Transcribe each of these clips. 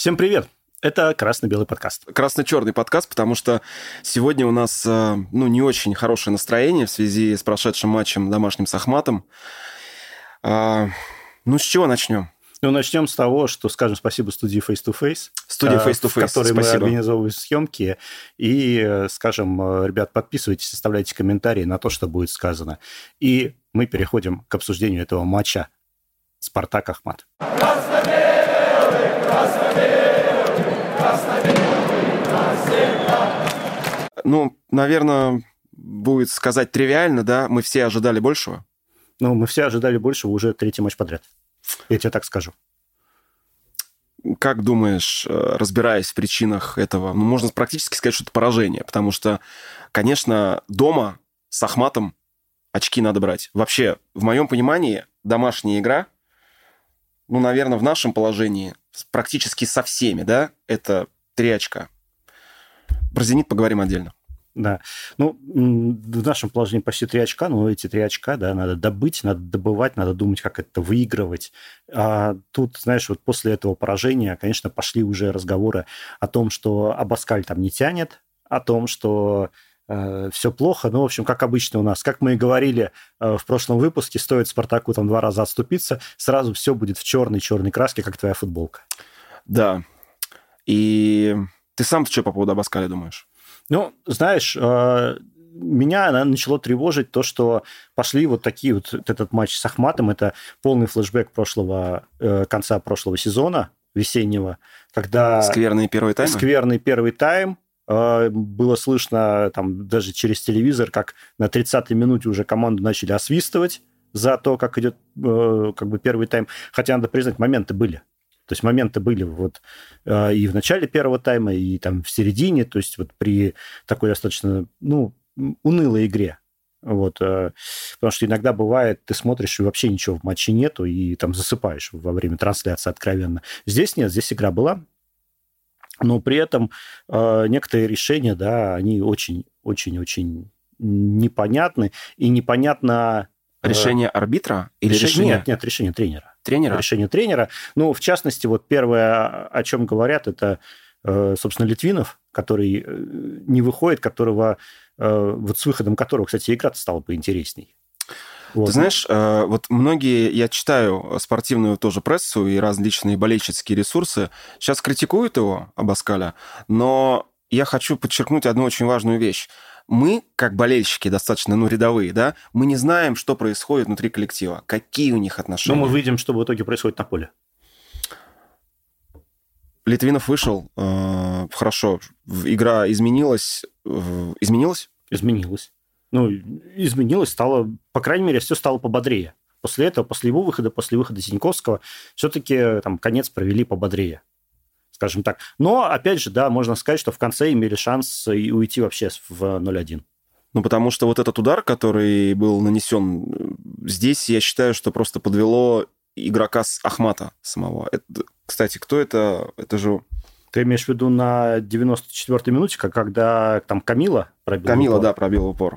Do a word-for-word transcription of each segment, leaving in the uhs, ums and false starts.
Всем привет! Это красно-белый подкаст. Красно-черный подкаст, потому что сегодня у нас ну, не очень хорошее настроение в связи с прошедшим матчем домашним с Ахматом. А, ну, с чего начнем? Ну, начнем с того, что скажем спасибо студии Face to Face, студии Face to Face, в которой спасибо. мы организовываем съемки. И скажем, ребят, подписывайтесь, оставляйте комментарии на то, что будет сказано. И мы переходим к обсуждению этого матча «Спартак-Ахмат». Красно-белый, красно-белый, красно-белый навсегда. Ну, наверное, будет сказать тривиально, да? Мы все ожидали большего. Ну, мы все ожидали большего уже третий матч подряд. Я тебе так скажу. Как думаешь, разбираясь в причинах этого, ну, можно практически сказать, что это поражение, потому что, конечно, дома с Ахматом очки надо брать. Вообще, в моем понимании, домашняя игра, ну, наверное, в нашем положении практически со всеми, да, это три очка. Про «Зенит» поговорим отдельно. Да. Ну, в нашем положении почти три очка, но эти три очка, да, надо добыть, надо добывать, надо думать, как это выигрывать. А тут, знаешь, вот после этого поражения, конечно, пошли уже разговоры о том, что Абаскаль там не тянет, о том, что э, все плохо. Ну, в общем, как обычно у нас. Как мы и говорили э, в прошлом выпуске, стоит Спартаку там два раза отступиться, сразу все будет в черной-черной краске, как твоя футболка. Да. И ты сам что по поводу Абаскаля думаешь? Ну, знаешь, меня начало тревожить то, что пошли вот такие вот... Этот матч с Ахматом, это полный флешбэк прошлого, конца прошлого сезона весеннего, когда... Скверный первый тайм? Скверный первый тайм. Было слышно там даже через телевизор, как на тридцатой минуте уже команду начали освистывать за то, как идет как бы первый тайм. Хотя, надо признать, моменты были. То есть моменты были вот и в начале первого тайма, и там в середине, то есть вот при такой достаточно, ну, унылой игре. Вот, потому что иногда бывает, ты смотришь, и вообще ничего в матче нету, и там засыпаешь во время трансляции откровенно. Здесь нет, здесь игра была, но при этом некоторые решения, да, они очень-очень-очень непонятны, и непонятно... Решение арбитра или решение... решение... Нет, нет, решение тренера. Тренера? Решение тренера. Ну, в частности, вот первое, о чем говорят, это, собственно, Литвинов, который не выходит, которого, вот с выходом которого, кстати, игра стала поинтересней. Вот. Ты знаешь, вот многие, я читаю спортивную тоже прессу и различные болельщицкие ресурсы, сейчас критикуют его, Абаскаля, но я хочу подчеркнуть одну очень важную вещь. Мы, как болельщики, достаточно, ну, рядовые, да, мы не знаем, что происходит внутри коллектива, какие у них отношения. Но мы видим, что в итоге происходит на поле. Литвинов вышел, э, хорошо, игра изменилась. Э, изменилась? Изменилась. Ну, изменилась, стало, по крайней мере, все стало пободрее. После этого, после его выхода, после выхода Зиньковского, все-таки там конец провели пободрее. Скажем так. Но, опять же, да, можно сказать, что в конце имели шанс и уйти вообще в ноль один. Ну, потому что вот этот удар, который был нанесен здесь, я считаю, что просто подвело игрока с Ахмата самого. Это, кстати, кто это? Это же... Ты имеешь в виду на девяносто четвёртой минуте, когда там Камила пробил Камила, упор? да, пробил упор.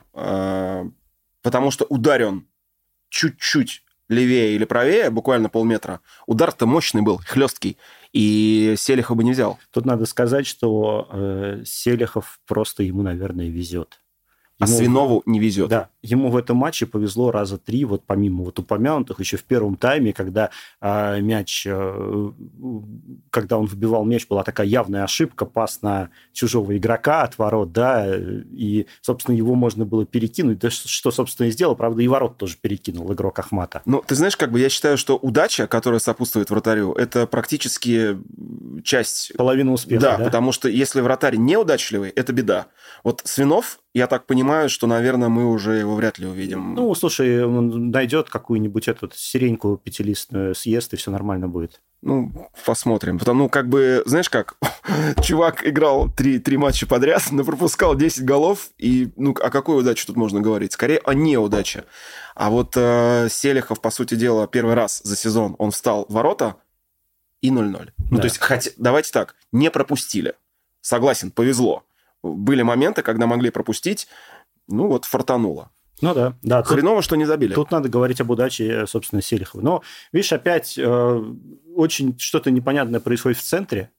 Потому что ударен чуть-чуть левее или правее, буквально полметра. Удар-то мощный был, хлесткий. И Селихов бы не взял. Тут надо сказать, что э, Селихов просто ему, наверное, везет. Ему, а Свинову не везет. Да, ему в этом матче повезло раза три, вот помимо вот упомянутых, еще в первом тайме, когда э, мяч, э, когда он выбивал мяч, была такая явная ошибка, пас на чужого игрока от ворот, да, и, собственно, его можно было перекинуть, да, что, собственно, и сделал, правда, и ворот тоже перекинул игрок Ахмата. Ну, ты знаешь, как бы я считаю, что удача, которая сопутствует вратарю, это практически часть... Половина успеха, да? Да, потому что если вратарь неудачливый, это беда. Вот Свинов, я так понимаю, что, наверное, мы уже его вряд ли увидим. Ну, слушай, он найдет какую-нибудь эту сиреньку пятилистную, съест, и все нормально будет. Ну, посмотрим. Потому, ну, как бы, знаешь как, чувак играл три, три матча подряд, но пропускал десять голов, и, ну, о какой удаче тут можно говорить? Скорее, о неудаче. А вот э, Селихов, по сути дела, первый раз за сезон он встал в ворота и ноль ноль. Да. Ну, то есть, хотя, давайте так, не пропустили. Согласен, повезло. Были моменты, когда могли пропустить, ну, вот фартануло. Ну да, да. Хреново, тут, что не забили. Тут надо говорить об удаче, собственно, Селихова. Но, видишь, опять э, очень что-то непонятное происходит в центре.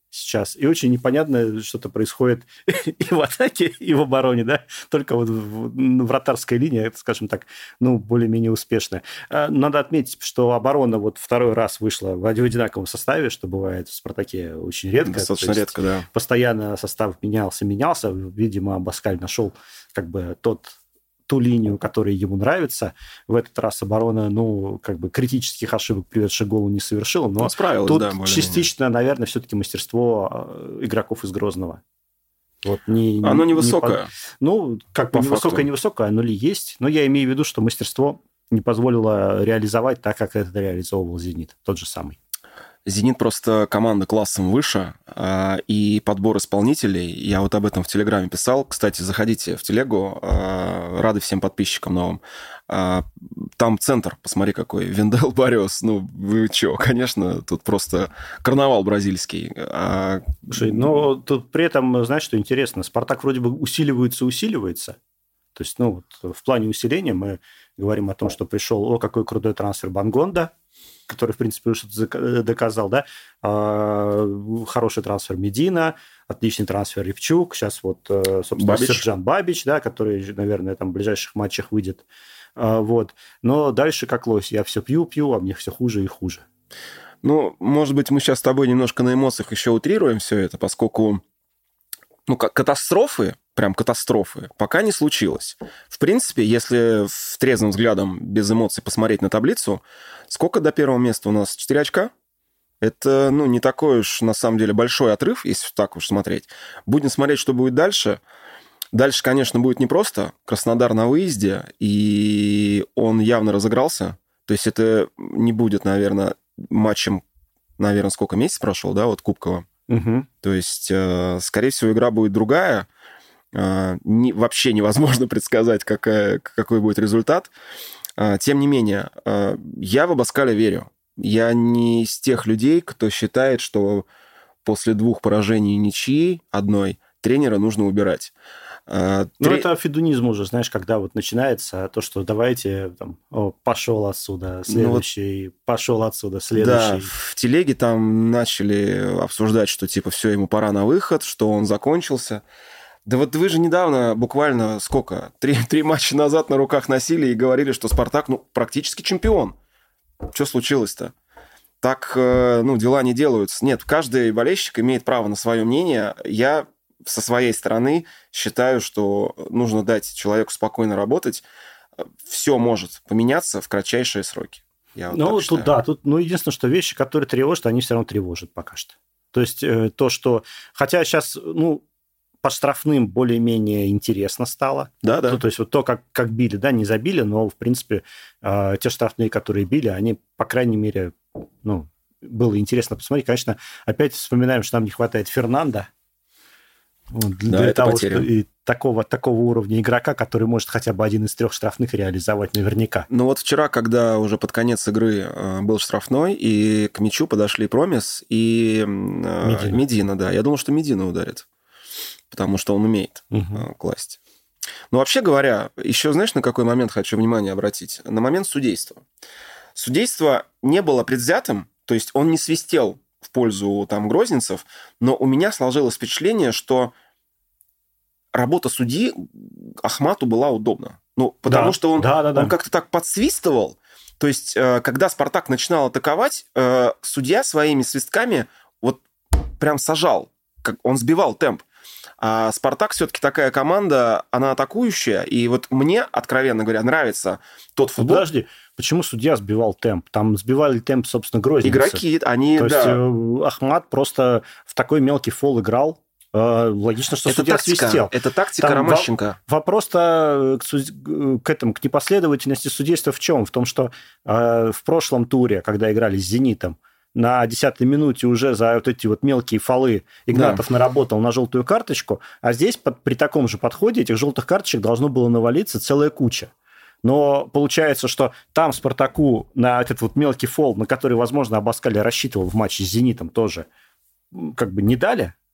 сейчас, и очень непонятно что-то происходит и в атаке, и в обороне, да, только вот вратарская линия, скажем так, ну, более-менее успешная. Надо отметить, что оборона вот второй раз вышла в одинаковом составе, что бывает в «Спартаке» очень редко. Достаточно редко, да. Постоянно состав менялся, менялся, видимо, Абаскаль нашел как бы тот... ту линию, которая ему нравится. В этот раз оборона, ну, как бы критических ошибок, приведших к голу, не совершила, но тут да, частично, наверное, все-таки мастерство игроков из Грозного. Вот не, оно не, невысокое. Не по... Ну, как бы невысокое, невысокое, оно ли есть, но я имею в виду, что мастерство не позволило реализовать так, как это реализовывал «Зенит», тот же самый. «Зенит» просто команда классом выше, и подбор исполнителей, я вот об этом в Телеграме писал. Кстати, заходите в Телегу, рады всем подписчикам новым. Там центр, посмотри какой, Виндел Барриос, ну вы чё, конечно, тут просто карнавал бразильский. Слушай, но тут при этом, знаешь, что интересно, «Спартак» вроде бы усиливается, усиливается. То есть, ну, вот в плане усиления мы говорим о том, что пришел, о, какой крутой трансфер Бангонда, который, в принципе, что-то доказал, да, хороший трансфер Медина, отличный трансфер Ревчук, сейчас вот, собственно, Бабич. Сержан Бабич, да, который, наверное, там в ближайших матчах выйдет, вот. Но дальше как лось, я все пью-пью, а мне все хуже и хуже. Ну, может быть, мы сейчас с тобой немножко на эмоциях еще утрируем все это, поскольку, ну, как катастрофы, прям катастрофы, пока не случилось. В принципе, если в трезвым взглядом, без эмоций посмотреть на таблицу, сколько до первого места у нас? четыре очка? Это, ну, не такой уж, на самом деле, большой отрыв, если так уж смотреть. Будем смотреть, что будет дальше. Дальше, конечно, будет непросто. Краснодар на выезде, и он явно разыгрался. То есть это не будет, наверное, матчем, наверное, сколько, месяц прошел, да, вот Кубкового. Угу. То есть, скорее всего, игра будет другая. Не, вообще невозможно предсказать, какая, какой будет результат. Тем не менее, я в Абаскаля верю. Я не из тех людей, кто считает, что после двух поражений ничьи одной тренера нужно убирать. Ну, Тре... это федунизм уже, знаешь, когда вот начинается то, что давайте, там, о, пошел отсюда, следующий, ну, вот... пошел отсюда, следующий. Да, в телеге там начали обсуждать, что типа все, ему пора на выход, что он закончился. Да вот вы же недавно, буквально сколько, три, три матча назад на руках носили и говорили, что «Спартак», ну, практически чемпион. Что случилось-то? Так, ну, дела не делаются. Нет, каждый болельщик имеет право на свое мнение. Я со своей стороны считаю, что нужно дать человеку спокойно работать. Все может поменяться в кратчайшие сроки. Я вот ну, тут да, тут, ну, единственное, что вещи, которые тревожат, они все равно тревожат пока что. То есть э, то, что... Хотя сейчас, ну, по штрафным более-менее интересно стало. Да, да. Ну, то есть вот то, как, как били, да, не забили, но, в принципе, э, те штрафные, которые били, они, по крайней мере, ну, было интересно посмотреть. Конечно, опять вспоминаем, что нам не хватает Фернанда. Для да, того, потеря. что и такого, такого уровня игрока, который может хотя бы один из трех штрафных реализовать наверняка. Ну вот вчера, когда уже под конец игры был штрафной, и к мячу подошли Промис и Медина, Медина да. Я думал, что Медина ударит, потому что он умеет угу. класть. Но вообще говоря, еще знаешь, на какой момент хочу внимание обратить? На момент судейства. Судейство не было предвзятым, то есть он не свистел в пользу там грозненцев, но у меня сложилось впечатление, что работа судьи Ахмату была удобна. Ну, потому да, что он, да, да, да. он как-то так подсвистывал. То есть, когда «Спартак» начинал атаковать, судья своими свистками вот прям сажал, он сбивал темп. А «Спартак» все-таки такая команда, она атакующая, и вот мне, откровенно говоря, нравится тот футбол... Подожди, почему судья сбивал темп? Там сбивали темп, собственно, грозненцы. Игроки, они... То да. есть Ахмат просто в такой мелкий фол играл. Логично, что это судья тактика, свистел. Это тактика Ромащенко. Вопрос-то к, суд... к, этому, к непоследовательности судейства в чем? В том, что э, в прошлом туре, когда играли с «Зенитом», на десятой минуте уже за вот эти вот мелкие фолы Игнатов да. наработал на желтую карточку, а здесь под, при таком же подходе этих желтых карточек должно было навалиться целая куча. Но получается, что там «Спартаку» на этот вот мелкий фол, на который, возможно, Абаскаль рассчитывал в матче с «Зенитом», тоже как бы не дали.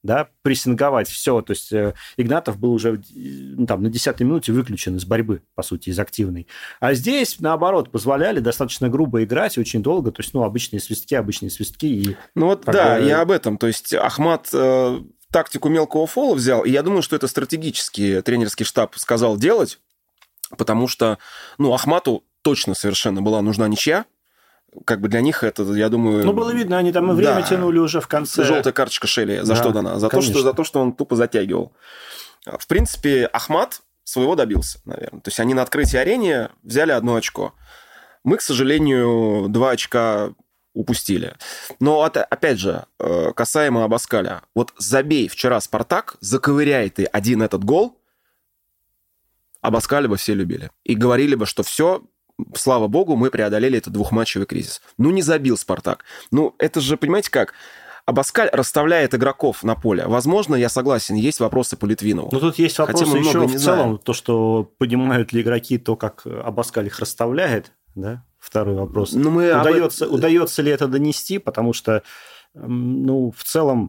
да, прессинговать все. То есть Игнатов был уже ну, там, на десятой минуте выключен из борьбы, по сути, из активной. А здесь, наоборот, позволяли достаточно грубо играть очень долго. То есть, ну, обычные свистки, обычные свистки. И, ну вот да, бы... я об этом. То есть Ахмат э, тактику мелкого фола взял, и я думаю, что это стратегически тренерский штаб сказал делать, потому что, ну, Ахмату точно совершенно была нужна ничья. Как бы для них это, я думаю... Ну, было видно, они там и время да, тянули уже в конце. Желтая карточка Шелли. За да, что дана? За то что, за то, что он тупо затягивал. В принципе, Ахмат своего добился, наверное. То есть они на открытии арены взяли одно очко. Мы, к сожалению, два очка упустили. Но, опять же, касаемо Абаскаля. Вот забей вчера Спартак, заковыряй ты один этот гол, Абаскаля бы все любили. И говорили бы, что все... Слава богу, мы преодолели этот двухматчевый кризис. Ну, не забил Спартак. Ну, это же, понимаете как, Абаскаль расставляет игроков на поле. Возможно, я согласен, есть вопросы по Литвинову. Но тут есть вопросы еще в целом, то, что понимают ли игроки то, как Абаскаль их расставляет, да? Второй вопрос. Ну, мы удается, об... удается ли это донести, потому что, ну, в целом,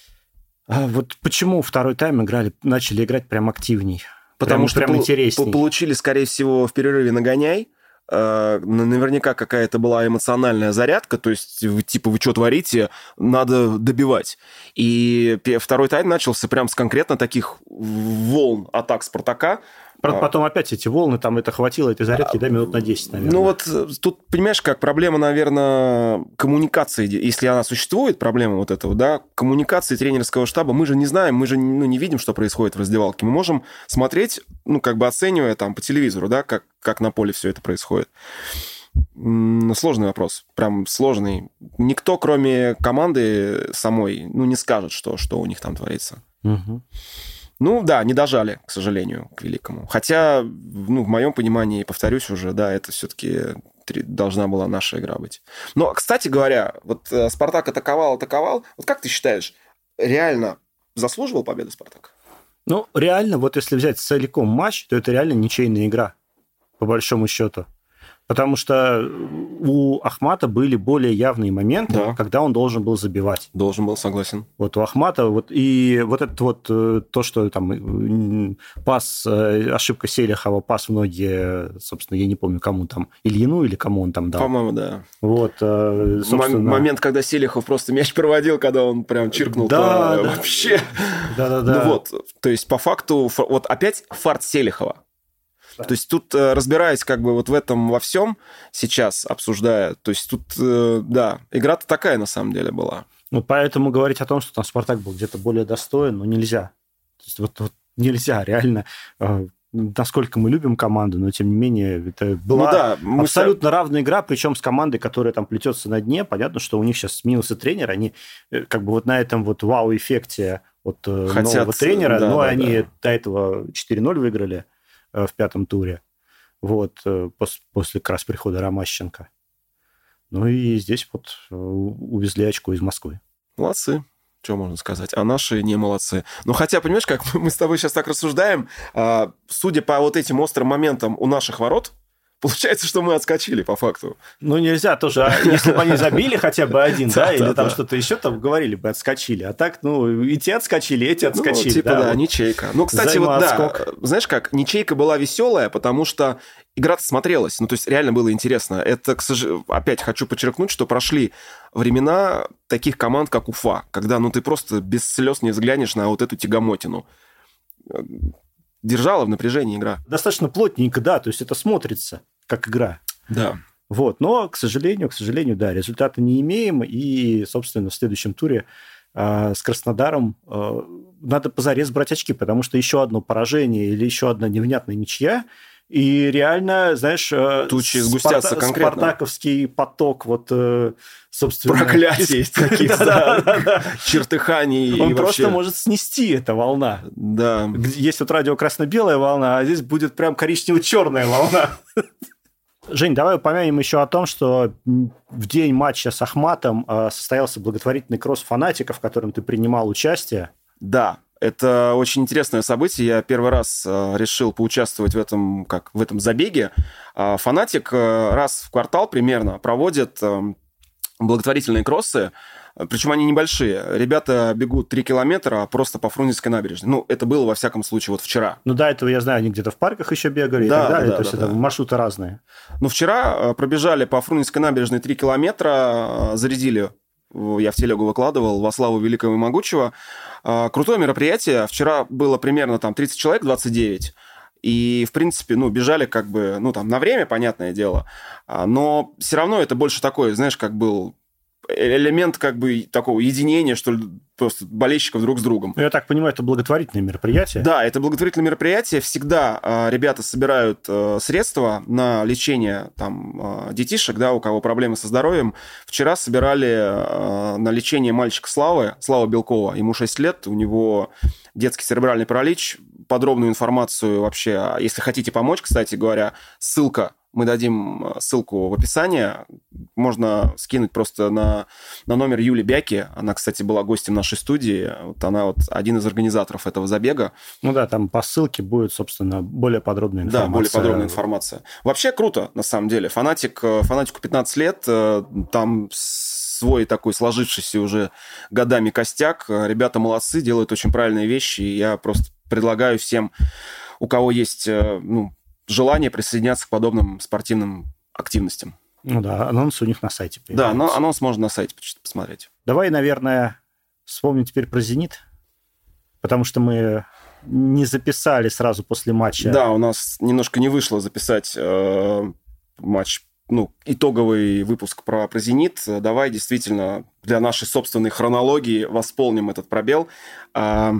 вот почему второй тайм играли, начали играть прям активней? Потому прям, что прям пол- интересней. Получили, скорее всего, в перерыве нагоняй. Наверняка какая-то была эмоциональная зарядка, то есть, вы, типа, вы что творите, надо добивать. И второй тайм начался прям с конкретно таких волн атак Спартака. Потом опять эти волны, там это хватило, этой зарядки, да, минут на десять, наверное. Ну вот тут, понимаешь, как проблема, наверное, коммуникации, если она существует, проблема вот этого, да, коммуникации тренерского штаба, мы же не знаем, мы же ну, не видим, что происходит в раздевалке. Мы можем смотреть, ну, как бы оценивая там по телевизору, да, как, как на поле все это происходит. Сложный вопрос, прям сложный. Никто, кроме команды самой, ну, не скажет, что, что у них там творится. Угу. Ну, да, не дожали, к сожалению, к великому. Хотя, ну, в моем понимании, повторюсь уже, да, это все-таки должна была наша игра быть. Но, кстати говоря, вот Спартак атаковал, атаковал. Вот как ты считаешь, реально заслуживал победу Спартак? Ну, реально, вот если взять целиком матч, то это реально ничейная игра, по большому счету. Потому что у Ахмата были более явные моменты, да. когда он должен был забивать. Должен был, согласен. Вот у Ахмата, вот, и вот это вот то, что там пас, ошибка Селихова, пас в ноги, собственно, я не помню, кому там, Ильину или кому он там дал. По-моему, да. Вот, собственно... Момент, когда Селихов просто мяч проводил, когда он прям чиркнул, да, то да. вообще... Да-да-да. Ну вот, то есть по факту, вот опять фарт Селихова. То есть тут, разбираясь как бы вот в этом во всем сейчас, обсуждая, то есть тут, да, игра-то такая на самом деле была. Ну, поэтому говорить о том, что там Спартак был где-то более достоин, ну, нельзя. То есть вот, вот нельзя, реально. Насколько мы любим команду, но тем не менее это была ну, да, мы абсолютно мы... равная игра, причем с командой, которая там плетется на дне. Понятно, что у них сейчас сменился тренер, они как бы вот на этом вот вау-эффекте от Хотят, нового тренера, да, но да, они да. до этого четыре ноль выиграли в пятом туре, вот, после как раз прихода Ромащенко. Ну и здесь вот увезли очко из Москвы. Молодцы, что можно сказать. А наши не молодцы. Ну хотя, понимаешь, как мы с тобой сейчас так рассуждаем, судя по вот этим острым моментам у наших ворот, получается, что мы отскочили по факту. Ну, нельзя тоже. А если бы они забили хотя бы один, да, или там что-то еще там говорили бы, отскочили. А так, ну, и те отскочили, и эти отскочили. Ну, типа, да, ничейка. Ну, кстати, вот да, знаешь как, ничейка была веселая, потому что игра-то смотрелась. Ну, то есть, реально было интересно. Это, к сожалению, опять хочу подчеркнуть, что прошли времена таких команд, как Уфа, когда, ну, ты просто без слез не взглянешь на вот эту тягомотину. Держала в напряжении игра. Достаточно плотненько, да, то есть это смотрится как игра. Да. Вот, но, к сожалению, к сожалению, да, результата не имеем, и, собственно, в следующем туре э, с Краснодаром э, надо позарез брать очки, потому что еще одно поражение или еще одна невнятная ничья, и реально, знаешь, тучи сгустятся спарта- конкретно. Спартаковский поток, вот, собственно... Проклятий каких-то, чертыханий. Он просто может снести, эта волна. Да. Есть вот радио-красно-белая волна, а здесь будет прям коричнево-черная волна. Жень, давай упомянем еще о том, что в день матча с Ахматом состоялся благотворительный кросс фанатиков, в котором ты принимал участие. Да, это очень интересное событие. Я первый раз решил поучаствовать в этом, как, в этом забеге. Фанатик раз в квартал примерно проводит благотворительные кроссы Причем они небольшие. Ребята бегут три километра просто по Фрунзенской набережной. Ну, это было, во всяком случае, вот вчера. Ну, до этого, я знаю, они где-то в парках еще бегали да, и так далее. Да, То да, есть да, это да. маршруты разные. Ну, вчера пробежали по Фрунзенской набережной три километра, зарядили, я в телегу выкладывал, во славу великого и могучего. Крутое мероприятие. Вчера было примерно там тридцать человек, двадцать девять. И, в принципе, ну, бежали как бы, ну, там, на время, понятное дело. Но все равно это больше такое, знаешь, как был элемент как бы такого единения, что ли, просто болельщиков друг с другом. Я так понимаю, это благотворительное мероприятие? Да, это благотворительное мероприятие. Всегда э, ребята собирают э, средства на лечение там, э, детишек, да, у кого проблемы со здоровьем. Вчера собирали э, на лечение мальчика Славы, Слава Белкова. Ему шесть лет, у него детский церебральный паралич. Подробную информацию вообще, если хотите помочь, кстати говоря, ссылка, мы дадим ссылку в описании. Можно скинуть просто на, на номер Юли Бяки. Она, кстати, была гостем нашей студии. Вот она вот один из организаторов этого забега. Ну да, там по ссылке будет, собственно, более подробная информация. Да, более подробная информация. Вообще круто, на самом деле. Фанатик, фанатику пятнадцать лет, там свой такой сложившийся уже годами костяк. Ребята молодцы, делают очень правильные вещи. И я просто предлагаю всем, у кого есть, ну, желание присоединяться к подобным спортивным активностям. Ну да, анонс у них на сайте появляется. Да, анонс можно на сайте посмотреть. Давай, наверное, вспомним теперь про «Зенит», потому что мы не записали сразу после матча. Да, у нас немножко не вышло записать э, матч, ну, итоговый выпуск про, про «Зенит». Давай действительно для нашей собственной хронологии восполним этот пробел. Э,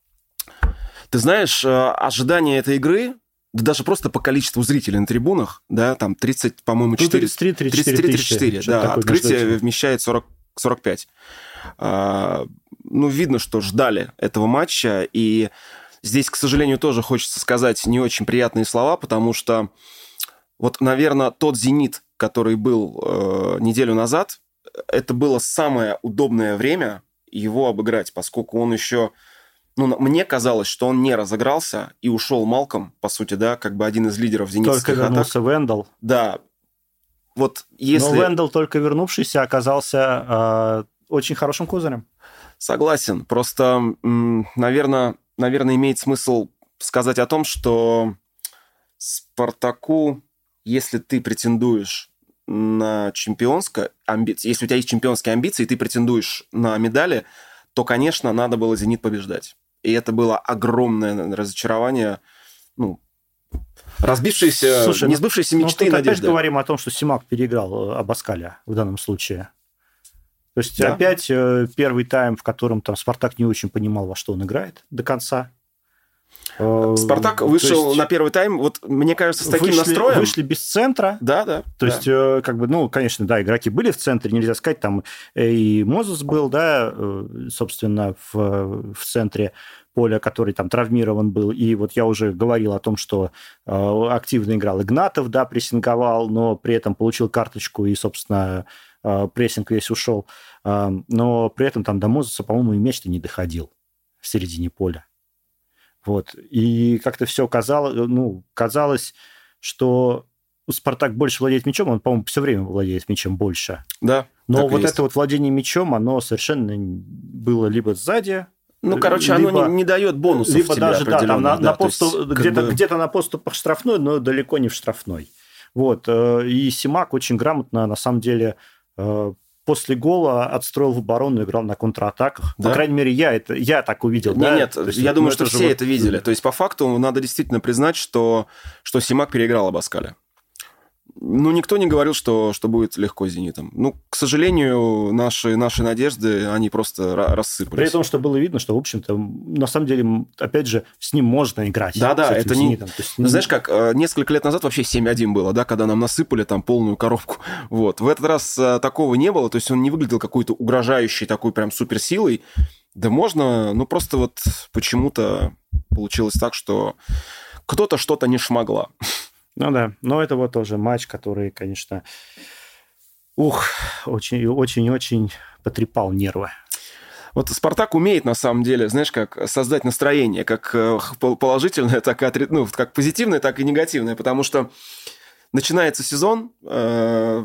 ты знаешь, ожидание этой игры... Да даже просто по количеству зрителей на трибунах, да, там тридцать, по-моему, четыре... тридцать три тридцать четыре, тридцать три тридцать четыре, да, открытие вмещает сорок, сорок пять. А, ну, видно, что ждали этого матча, и здесь, к сожалению, тоже хочется сказать не очень приятные слова, потому что вот, наверное, тот «Зенит», который был э, неделю назад, это было самое удобное время его обыграть, поскольку он еще... Ну, мне казалось, что он не разыгрался и ушел Малком, по сути, да, как бы один из лидеров зенитских атак. Только вернулся Вендел. Да. Вот если... Но Вендел, только вернувшийся, оказался э, очень хорошим козырем. Согласен. Просто, наверное, наверное, имеет смысл сказать о том, что Спартаку, если ты претендуешь на чемпионское амбиции, если у тебя есть чемпионские амбиции, и ты претендуешь на медали, то, конечно, надо было «Зенит» побеждать. И это было огромное разочарование, ну, разбившиеся, Слушай, не сбывшиеся мечты ну, и надежды. Опять говорим о том, что Симак переиграл Абаскаля в данном случае. То есть да. опять первый тайм, в котором там Спартак не очень понимал, во что он играет до конца. Спартак вышел есть, на первый тайм, вот мне кажется, с таким вышли, настроем. Вышли без центра. Да, да. То да. есть, как бы, ну, конечно, да, игроки были в центре, нельзя сказать, там и Мозес был, да, собственно, в, в центре поля, который там травмирован был. И вот я уже говорил о том, что активно играл Игнатов, да, прессинговал, но при этом получил карточку и, собственно, прессинг весь ушел. Но при этом там до Мозеса, по-моему, и мяч-то не доходил в середине поля. Вот. И как-то все казалось, ну, казалось, что Спартак больше владеет мячом, он, по-моему, все время владеет мячом больше. Да. Но вот это вот владение мячом, оно совершенно было либо сзади. Ну, короче, либо, оно не, не дает бонусов либо тебе даже, да, там на, да, на поступ, есть, где-то, бы... где-то на поступах штрафной, но далеко не в штрафной. Вот. И Симак очень грамотно, на самом деле, после гола отстроил в оборону, играл на контратаках. Да? По крайней мере, я, это, я так увидел. Нет, да? нет, есть, я думаю, что все вот... это видели. То есть, по факту, надо действительно признать, что, что Симак переиграл Абаскаля. Ну, никто не говорил, что, что будет легко с «Зенитом». Ну, к сожалению, наши, наши надежды, они просто рассыпались. При том, что было видно, что, в общем-то, на самом деле, опять же, с ним можно играть. Да-да, это не... «Зенитом». То есть, не... Знаешь как, несколько лет назад вообще семь один было, да, когда нам насыпали там полную коробку. Вот. В этот раз такого не было, то есть он не выглядел какой-то угрожающей такой прям суперсилой. Да можно, ну, просто вот почему-то получилось так, что кто-то что-то не шмогла. Ну да, но это вот тоже матч, который, конечно, ух, очень-очень-очень потрепал нервы. Вот Спартак умеет, на самом деле, знаешь, как создать настроение, как положительное, так и отри... ну, как позитивное, так и негативное, потому что начинается сезон, э...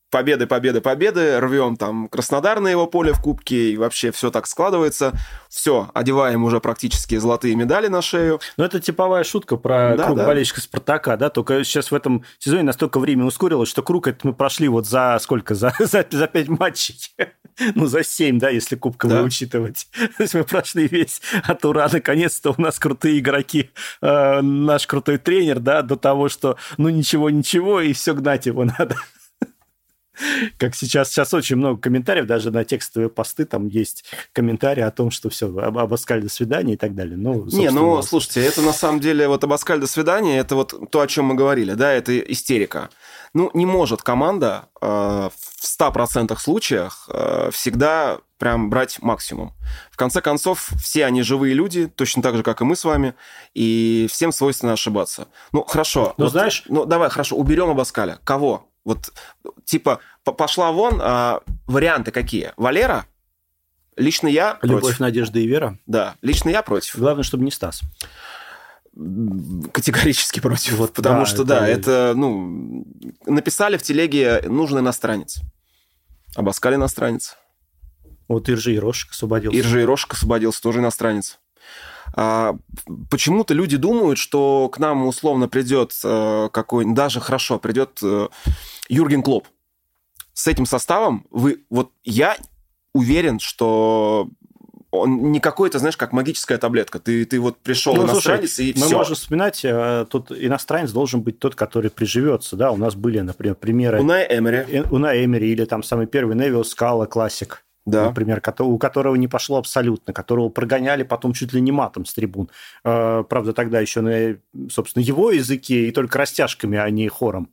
победы, победы, победы, рвем там Краснодар на его поле в кубке, и вообще все так складывается. Все, одеваем уже практически золотые медали на шею. Ну, это типовая шутка про Да, круг да. болельщика «Спартака», да, только сейчас в этом сезоне настолько время ускорилось, что круг это мы прошли вот за сколько, за, за, за пять матчей, ну, за семь, да, если кубковый Да. учитывать. То есть мы прошли весь от ура, наконец-то у нас крутые игроки, э, наш крутой тренер, да, до того, что ну ничего-ничего, и все гнать его надо. Как сейчас, сейчас очень много комментариев, даже на текстовые посты там есть комментарии о том, что все, Абаскаль, до свидания и так далее. Ну, Не, ну, собственно, слушайте, это на самом деле, вот Абаскаль, до свидания, это вот то, о чем мы говорили, да, это истерика. Ну, не может команда э, в ста процентах случаях э, всегда прям брать максимум. В конце концов, все они живые люди, точно так же, как и мы с вами, и всем свойственно ошибаться. Ну, хорошо. Ну, вот, знаешь... Ну, давай, хорошо, уберем Абаскаля. Кого? Вот, типа, пошла вон, а, варианты какие? Валера? Лично я Любовь, против. надежда и вера. Да, лично я против. Главное, чтобы не Стас. Категорически против. Вот, потому да, что, это... да, это, ну, написали в телеге нужный иностранец. Абаскаль иностранец. Вот Иржи Ерошек освободился. Иржи Ерошек освободился, тоже иностранец. А, почему-то люди думают, что к нам условно придет э, какой-нибудь, даже хорошо, придет э, Юрген Клопп. С этим составом вы, вот я уверен, что он не какой-то, знаешь, как магическая таблетка. Ты, ты вот пришел ну, иностранец, слушай, и мы все. можем вспоминать, тут иностранец должен быть тот, который приживется. Да, у нас были, например, примеры... Унай Эмери. Унай Эмери или там самый первый Невил Скала, классик. Да. Например, у которого не пошло абсолютно, которого прогоняли потом чуть ли не матом с трибун. Правда, тогда еще на, собственно, его языке и только растяжками, а не хором.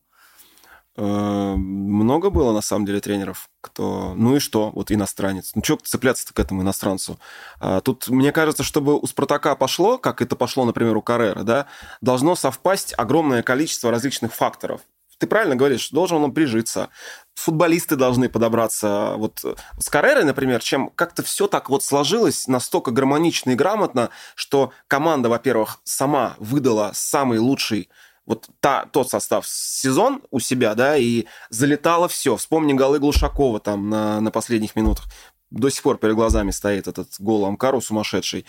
Много было, на самом деле, тренеров, кто... Ну и что? Вот иностранец. Ну, что цепляться-то к этому иностранцу? Тут, мне кажется, чтобы у «Спартака» пошло, как это пошло, например, у Каррера, да, должно совпасть огромное количество различных факторов. Ты правильно говоришь, должен он прижиться. Футболисты должны подобраться. Вот с Каррерой, например, чем как-то все так вот сложилось настолько гармонично и грамотно, что команда, во-первых, сама выдала самый лучший вот та, тот состав сезон у себя, да, и залетало все. Вспомни голы Глушакова там на, на последних минутах. До сих пор перед глазами стоит этот гол Амкару сумасшедший.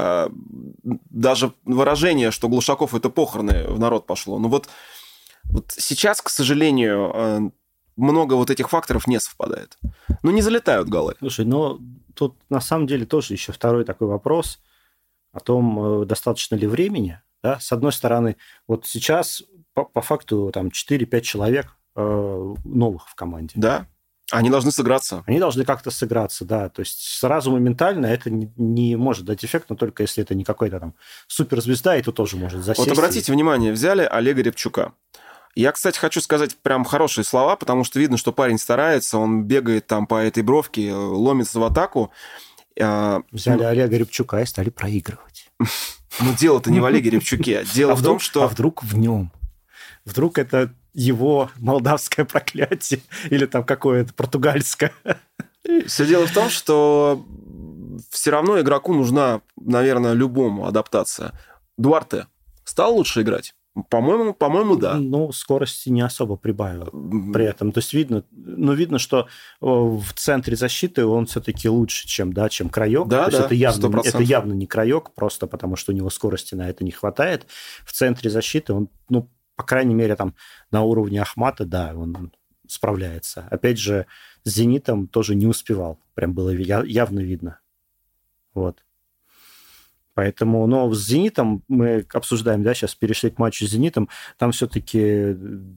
Даже выражение, что Глушаков – это похороны, в народ пошло. Ну вот Вот сейчас, к сожалению, много вот этих факторов не совпадает. Ну, не залетают голы. Слушай, ну, тут на самом деле тоже еще второй такой вопрос о том, достаточно ли времени. Да? С одной стороны, вот сейчас по, по факту там четыре-пять человек э, новых в команде. Да, они должны сыграться. Они должны как-то сыграться, да. То есть сразу моментально это не, не может дать эффект, но только если это не какой-то там суперзвезда, и то тоже может засесть. Вот обратите и... внимание, взяли Олега Рябчука. Я, кстати, хочу сказать прям хорошие слова, потому что видно, что парень старается, он бегает там по этой бровке, ломится в атаку. Взяли ну... Олега Рябчука и стали проигрывать. Ну, дело-то не в Олеге Рябчуке. Дело а в вдруг, том, что... А вдруг в нем? Вдруг это его молдавское проклятие или там какое-то португальское? Все дело в том, что все равно игроку нужна, наверное, любому адаптация. Дуарте стал лучше играть? По-моему, по-моему, да. Ну, скорости не особо прибавил при этом. То есть видно, ну, видно, что в центре защиты он все-таки лучше, чем, да, чем Краёк. Да, То есть да, это явно, это явно не Краёк, просто потому что у него скорости на это не хватает. В центре защиты он, ну, по крайней мере, там на уровне Ахмата, да, он справляется. Опять же, с «Зенитом» тоже не успевал. Прям было явно видно. Вот. Поэтому, но с «Зенитом» мы обсуждаем, да, сейчас перешли к матчу с «Зенитом», там все-таки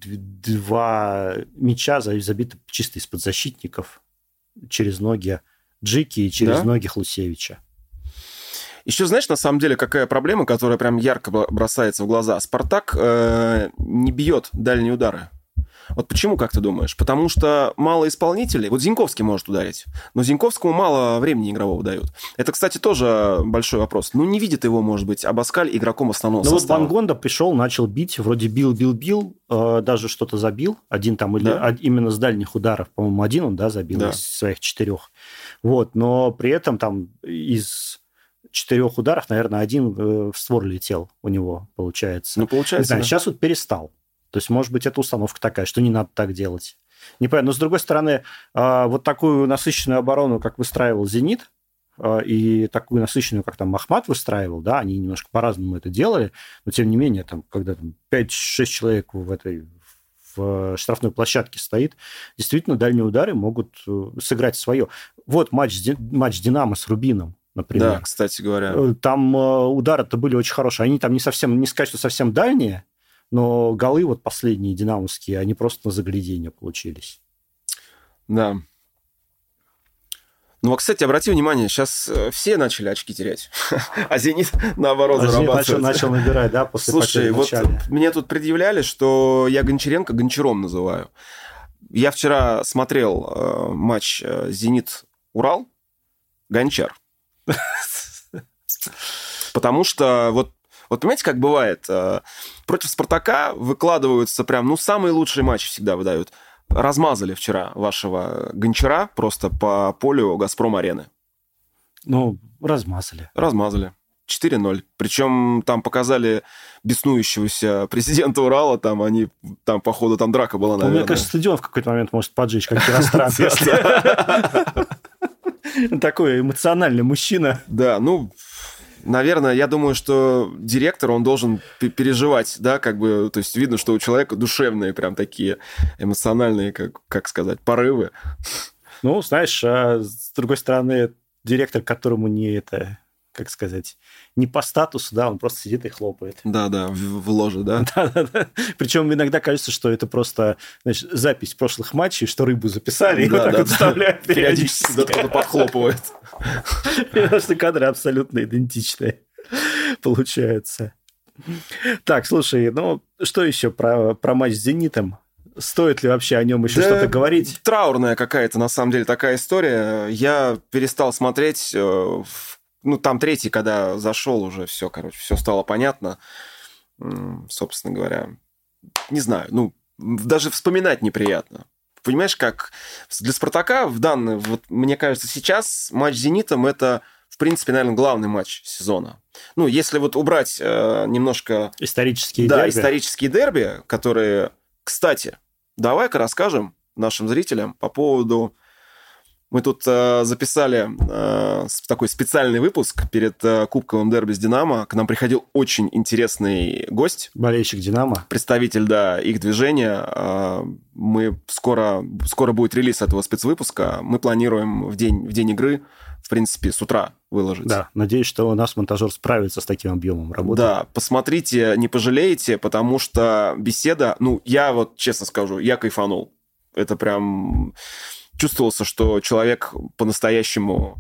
два мяча забиты чисто из-под защитников через ноги Джики и через да? ноги Хлусевича. Еще знаешь, на самом деле, какая проблема, которая прям ярко бросается в глаза? «Спартак» э, не бьет дальние удары. Вот почему, как ты думаешь? Потому что мало исполнителей. Вот Зиньковский может ударить, но Зиньковскому мало времени игрового дают. Это, кстати, тоже большой вопрос. Ну, не видит его, может быть, Абаскаль игроком основного ну, состава. Ну, вот Бангонда пришел, начал бить, вроде бил-бил-бил, э, даже что-то забил. Один там, да. или, именно с дальних ударов, по-моему, один он, да, забил да. из своих четырех. Вот, но при этом там из четырех ударов, наверное, один в створ летел у него, получается. Ну, получается, не знаю, да. Сейчас вот перестал. То есть, может быть, это установка такая, что не надо так делать. Непонятно. Но, с другой стороны, вот такую насыщенную оборону, как выстраивал «Зенит», и такую насыщенную, как там Ахмат выстраивал, да, они немножко по-разному это делали, но, тем не менее, там, когда там, пять-шесть человек в этой в штрафной площадке стоит, действительно, дальние удары могут сыграть свое. Вот матч, матч «Динамо» с «Рубином», например. Да, кстати говоря. Там удары-то были очень хорошие. Они там не совсем, не сказать, что совсем дальние, но голы вот последние динамовские, они просто на загляденье получились. Да. Ну, а, кстати, обрати внимание, сейчас все начали очки терять, а «Зенит», наоборот, а зарабатывает. Начал, начал набирать, да, после Слушай, вот мне тут предъявляли, что я Гончаренко Гончаром называю. Я вчера смотрел э, матч «Зенит-Урал», Гончар. Потому что вот Вот понимаете, как бывает? Против «Спартака» выкладываются прям, ну, самые лучшие матчи всегда выдают. Размазали вчера вашего Гончара просто по полю «Газпром-арены». Ну, размазали. Размазали. четыре ноль. Причем там показали беснующегося президента Урала, там они, там, походу, там драка была, наверное. Мне кажется, стадион в какой-то момент может поджечь, как Киространт, если... Такой эмоциональный мужчина. Да, ну... Наверное, я думаю, что директор, он должен переживать, да, как бы, то есть видно, что у человека душевные прям такие эмоциональные, как, как сказать, порывы. Ну, знаешь, а с другой стороны, директор, которому не это, как сказать, не по статусу, да, он просто сидит и хлопает. Да-да, в, в ложе, да? Да-да-да. Причем иногда кажется, что это просто, значит, запись прошлых матчей, что рыбу записали, и вот так вот вставляют периодически. Да, кто-то подхлопывает. Потому что кадры абсолютно идентичные получаются. Так, слушай, ну, что еще про, про матч с «Зенитом»? Стоит ли вообще о нем еще да, что-то говорить? Траурная какая-то, на самом деле, такая история. Я перестал смотреть... Ну, там третий, когда зашел, уже все, короче, все стало понятно. Собственно говоря, не знаю, ну, даже вспоминать неприятно. Понимаешь, как для «Спартака» в данный, вот мне кажется, сейчас матч с «Зенитом» — это, в принципе, наверное, главный матч сезона. Ну, если вот убрать э, немножко... Исторические да, дерби. Да, исторические дерби, которые... Кстати, давай-ка расскажем нашим зрителям по поводу... Мы тут э, записали э, такой специальный выпуск перед э, кубковым дерби с «Динамо». К нам приходил очень интересный гость. Болельщик «Динамо». Представитель, да, их движения. Э, мы скоро, скоро будет релиз этого спецвыпуска. Мы планируем в день, в день игры, в принципе, с утра выложить. Да, надеюсь, что у нас монтажер справится с таким объемом работы. Да, посмотрите, не пожалеете, потому что беседа... Ну, я вот, честно скажу, я кайфанул. Это прям... Чувствовался, что человек по-настоящему...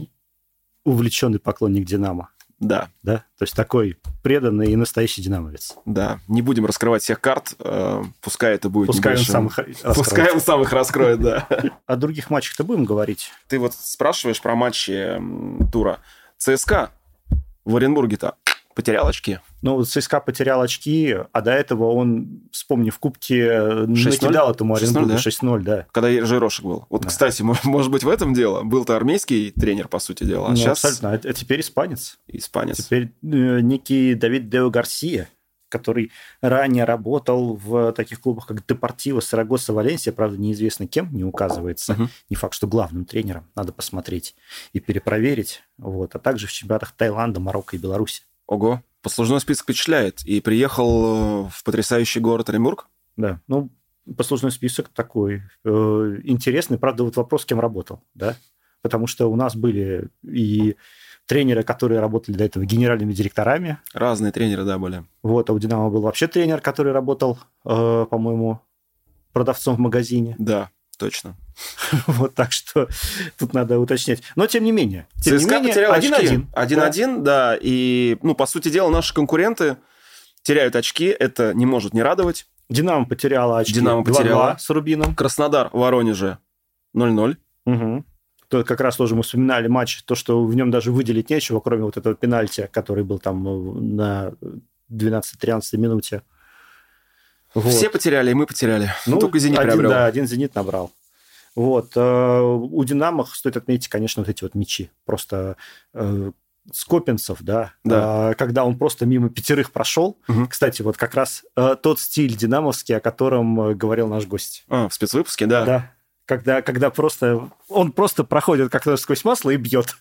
Увлеченный поклонник «Динамо». Да. Да? То есть такой преданный и настоящий динамовец. Да. Не будем раскрывать всех карт. Пускай это будет Пускай небольшим... он сам их раскроет. Пускай он сам их раскроет, да. О других матчах-то будем говорить? Ты вот спрашиваешь про матчи тура. ЦСКА в Оренбурге-то потерял очки. Ну, ЦСКА потерял очки, а до этого он, вспомни, в Кубке накидал этому Оренбургу шесть ноль, да. Когда Жирошек был. Вот, да. Кстати, может быть, в этом дело. Был-то армейский тренер, по сути дела. А ну, сейчас... абсолютно. А теперь испанец. Испанец. Теперь некий Давид Део Гарсия, который ранее работал в таких клубах, как Депортиво, Сарагоса, Валенсия. Правда, неизвестно кем, не указывается. Uh-huh. Не факт, что главным тренером. Надо посмотреть и перепроверить. Вот. А также в чемпионатах Таиланда, Марокко и Беларуси. Ого. Послужной список впечатляет. И приехал в потрясающий город Оренбург? Да. Ну, послужной список такой э, интересный. Правда, вот вопрос, кем работал, да? Потому что у нас были и тренеры, которые работали до этого генеральными директорами. Разные тренеры, да, были. Вот, а у «Динамо» был вообще тренер, который работал, э, по-моему, продавцом в магазине. Да, точно. Вот, так что тут надо уточнять. Но, тем не менее, тем ЦСКА не менее, потерял один один. один-один, да. да. И, ну, по сути дела, наши конкуренты теряют очки. Это не может не радовать. «Динамо» потеряла очки. «Динамо» потеряла с «Рубином». Краснодар в Воронеже ноль ноль. Угу. То как раз тоже мы вспоминали матч, то, что в нем даже выделить нечего, кроме вот этого пенальти, который был там на двенадцатой-тринадцатой минуте. Вот. Все потеряли, и мы потеряли. Ну, только «Зенит» один, приобрел. Да, один «Зенит» набрал. Вот. У «Динамо» стоит отметить, конечно, вот эти вот мячи. Просто Скопинцев, да, Да. а, когда он просто мимо пятерых прошел. Мгм. Кстати, вот как раз а, тот стиль динамовский, о котором а, говорил наш гость. А, в спецвыпуске, да. Да. Когда, когда просто он просто проходит как нож сквозь масло и бьет.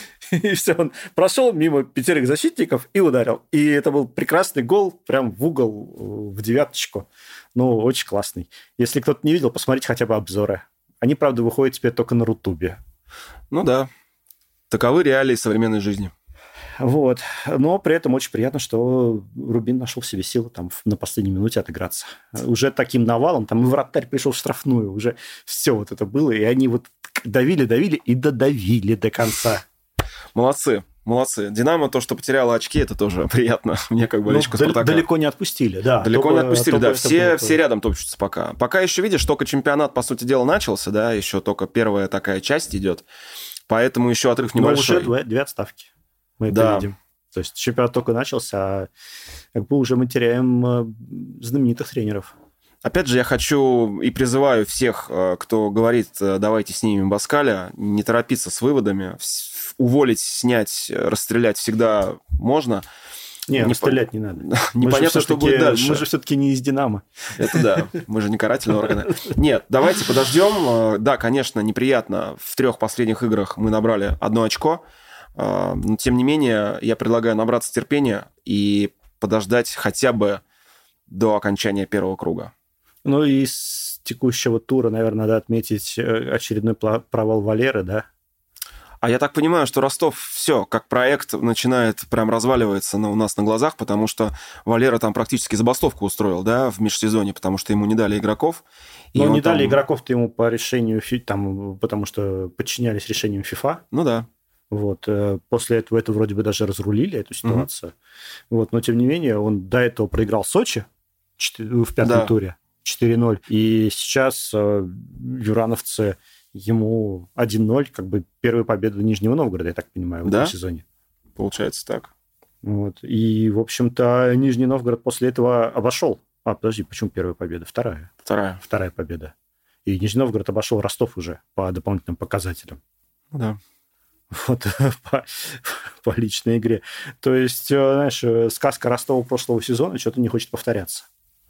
И все, он прошел мимо пятерых защитников и ударил. И это был прекрасный гол, прям в угол, в девяточку. Ну, очень классный. Если кто-то не видел, посмотрите хотя бы обзоры. Они, правда, выходят теперь только на Рутубе. Ну да. Таковы реалии современной жизни. Вот. Но при этом очень приятно, что Рубин нашел в себе силы там на последней минуте отыграться. Уже таким навалом, там и вратарь пришел в штрафную, уже все вот это было, и они вот давили-давили и додавили до конца. Молодцы, молодцы. «Динамо» то, что потеряло очки, это тоже приятно. Мне как болельщику Ну, «Спартака». далеко не отпустили, да. Далеко Только- не отпустили, только да. это Все, было- все рядом топчутся пока. Пока еще, видишь, только чемпионат, по сути дела, начался, да, еще только первая такая часть идет. Поэтому еще отрыв Но небольшой. уже две, две отставки. Мы это Да. видим. То есть чемпионат только начался, а как бы уже мы теряем э, знаменитых тренеров. Опять же, я хочу и призываю всех, э, кто говорит, э, давайте снимем Баскаля, не торопиться с выводами. Вс- Уволить, снять, э, расстрелять всегда можно. Не, Не расстрелять не надо. Мы же Непонятно, что всё-таки- будет дальше. Мы же все-таки не из «Динамо». Это да, мы же не карательные органы. Нет, давайте подождем. Э, Да, конечно, неприятно. В трех последних играх мы набрали одно очко. Э, Но, тем не менее, я предлагаю набраться терпения и подождать хотя бы до окончания первого круга. Ну и с текущего тура, наверное, надо отметить э, очередной пла- провал Валеры, да? А я так понимаю, что Ростов все, как проект, начинает прям разваливаться на, у нас на глазах, потому что Валера там практически забастовку устроил, да, в межсезонье, потому что ему не дали игроков. И Но он не дали там- игроков-то ему по решению, фи- там, потому что подчинялись решениям ФИФА. Ну да. Вот. э, После этого это вроде бы даже разрулили, эту ситуацию. Вот. Но, тем не менее, он до этого проиграл Сочи четы- в пятом Да. туре четыре ноль. И сейчас э, юрановцы ему один ноль, как бы первая победа Нижнего Новгорода, я так понимаю, в Да? этом сезоне. Получается так. Вот. И, в общем-то, Нижний Новгород после этого обошел. А, подожди, почему первая победа? Вторая. Вторая. Вторая победа. И Нижний Новгород обошел Ростов уже по дополнительным показателям. Ну да. Вот по, по личной игре. То есть, э, знаешь, э, сказка Ростова прошлого сезона что-то не хочет повторяться.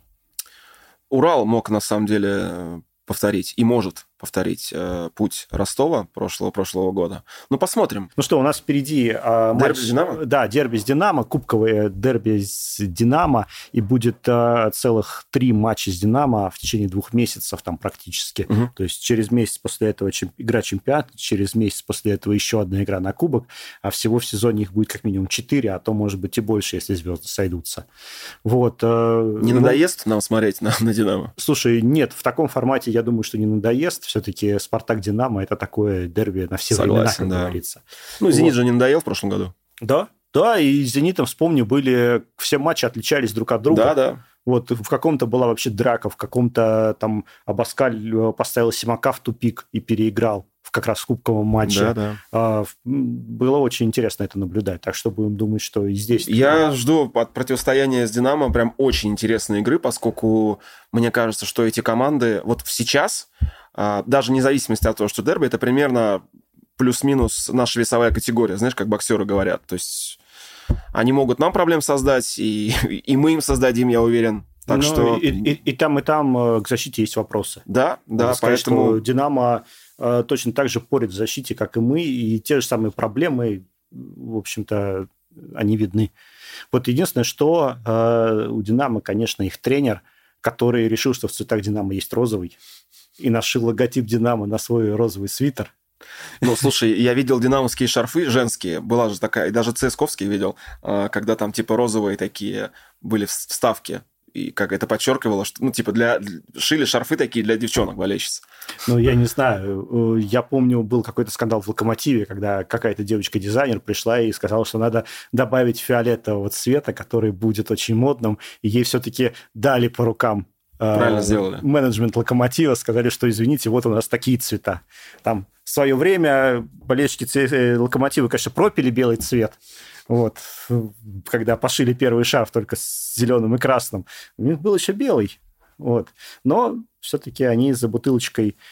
Урал мог, на самом деле, повторить и может повторить э, путь Ростова прошлого-прошлого года. Ну, посмотрим. Ну что, у нас впереди а, Дерби матч... с «Динамо»? Да, дерби с «Динамо», кубковое дерби с «Динамо», и будет а, целых три матча с «Динамо» в течение двух месяцев там практически. Мгм. То есть через месяц после этого чем... игра чемпионата, через месяц после этого еще одна игра на кубок, а всего в сезоне их будет как минимум четыре, а то, может быть, и больше, если звезды сойдутся. Вот. а, Не ну, надоест нам смотреть на, на «Динамо»? Слушай, нет, в таком формате, я думаю, что не надоест. Все-таки «Спартак-Динамо» – это такое дерби на все времена, Согласен, как да. говорится. Ну, «Зенит» Вот. же не надоел в прошлом году. Да, да, и с «Зенитом», вспомню, были... Все матчи отличались друг от друга. Да, да. Вот в каком-то была вообще драка, в каком-то там Абаскаль поставил Симака в тупик и переиграл в как раз в кубковом матче. Да, да. А, в- м, было очень интересно это наблюдать. Так что будем думать, что и здесь... Я жду от противостояния с «Динамо» прям очень интересной игры, поскольку мне кажется, что эти команды вот сейчас, а, даже вне зависимости от того, что дерби, это примерно плюс-минус наша весовая категория, знаешь, как боксеры говорят. То есть они могут нам проблем создать, и, и мы им создадим, я уверен. Так Ну, что... и, и- и там, и там э, к защите есть вопросы. Да, да, Надо сказать, поэтому... что «Динамо» э, точно так же порит в защите, как и мы, и те же самые проблемы, в общем-то, они видны. Вот единственное, что э, у «Динамо», конечно, их тренер, который решил, что в цветах «Динамо» есть розовый, и нашил логотип «Динамо» на свой розовый свитер. Ну, слушай, я видел динамовские шарфы женские, была же такая, и даже цсковские видел, а, когда там типа розовые такие были в- вставки, и как это подчеркивало, что, ну, типа, для... шили шарфы такие для девчонок болельщиц. Ну, я не знаю. э, Я помню, был какой-то скандал в «Локомотиве», когда какая-то девочка-дизайнер пришла и сказала, что надо добавить фиолетового цвета, который будет очень модным, и ей все-таки дали по рукам. э, Правильно сделали. Менеджмент «Локомотива» сказали, что, извините, вот у нас такие цвета. Там в свое время болельщики ц- «Локомотива», конечно, пропили белый цвет. Вот, когда пошили первый шарф только с зеленым и красным, у них был еще белый. Вот. Но все-таки они за бутылочкой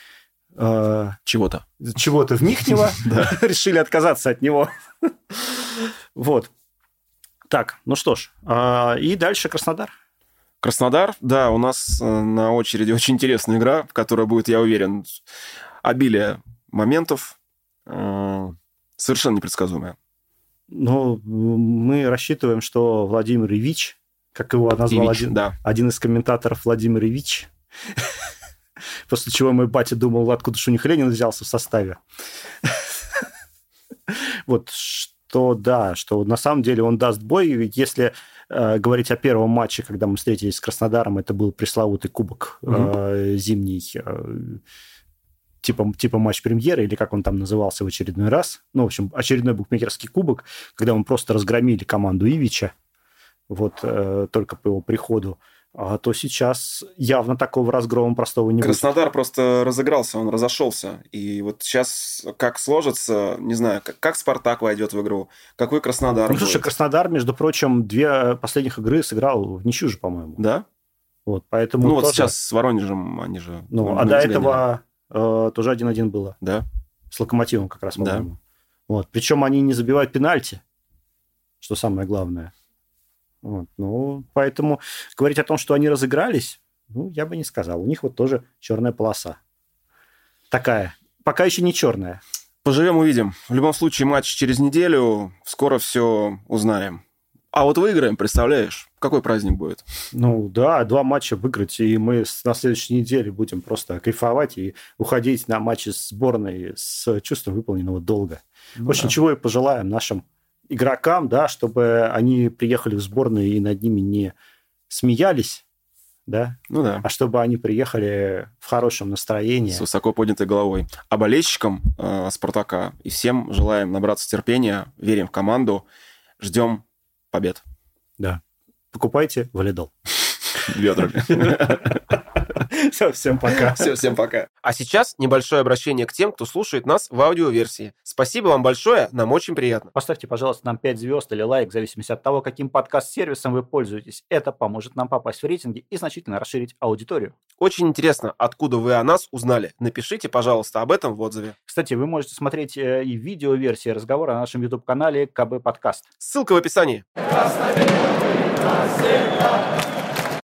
э, Чего-то. чего-то в Михнево, решили отказаться от него. Вот. Так, ну что ж, и дальше Краснодар. Краснодар, да, у нас на очереди очень интересная игра, в которой будет, я уверен, обилие моментов, совершенно непредсказуемая. Ну, мы рассчитываем, что Владимир Ивич, как его назвал Ивич, один, да. один из комментаторов, Владимир Ивич, после чего мой батя думал, откуда же у них Ленин взялся в составе. Вот, что да, что на самом деле он даст бой. Если э, говорить о первом матче, когда мы встретились с Краснодаром, это был пресловутый кубок э, зимний, э, типа, типа матч премьеры, или как он там назывался в очередной раз. Ну, в общем, очередной букмекерский кубок, когда мы просто разгромили команду Ивича, вот, э, только по его приходу. А то сейчас явно такого разгрома простого не Краснодар будет. просто разыгрался, он разошелся. И вот сейчас как сложится, не знаю, как, как Спартак войдет в игру, какой Краснодар Ну, будет. слушай, Краснодар, между прочим, две последних игры сыграл в ничью же, по-моему. Да? Вот, поэтому Ну, вот тоже... сейчас с Воронежем они же... Ну, ну, а до сгоняли. этого э, тоже один-один было. Да. С Локомотивом как раз, Да. по-моему. Вот. Причем они не забивают пенальти, что самое главное. Вот. Ну, поэтому говорить о том, что они разыгрались, ну, я бы не сказал. У них вот тоже черная полоса. Такая. Пока еще не черная. Поживем, увидим. В любом случае, матч через неделю. Скоро все узнаем. А вот выиграем, представляешь? Какой праздник будет? Ну, да, два матча выиграть, и мы на следующей неделе будем просто кайфовать и уходить на матчи с сборной с чувством выполненного долга. Ну, Очень да. чего и пожелаем нашим игрокам, да, чтобы они приехали в сборную и над ними не смеялись, да, Ну да. а чтобы они приехали в хорошем настроении. С высоко поднятой головой. А болельщикам э, «Спартака» и всем желаем набраться терпения, верим в команду, ждем побед. Да. Покупайте валидол. Ведрами. Все, всем пока. Все, всем пока. А сейчас небольшое обращение к тем, кто слушает нас в аудиоверсии. Спасибо вам большое, нам очень приятно. Поставьте, пожалуйста, нам пять звезд или лайк, в зависимости от того, каким подкаст-сервисом вы пользуетесь. Это поможет нам попасть в рейтинги и значительно расширить аудиторию. Очень интересно, откуда вы о нас узнали. Напишите, пожалуйста, об этом в отзыве. Кстати, вы можете смотреть э, и видеоверсии разговора на нашем YouTube-канале КБ Подкаст. Ссылка в описании. Красно-белый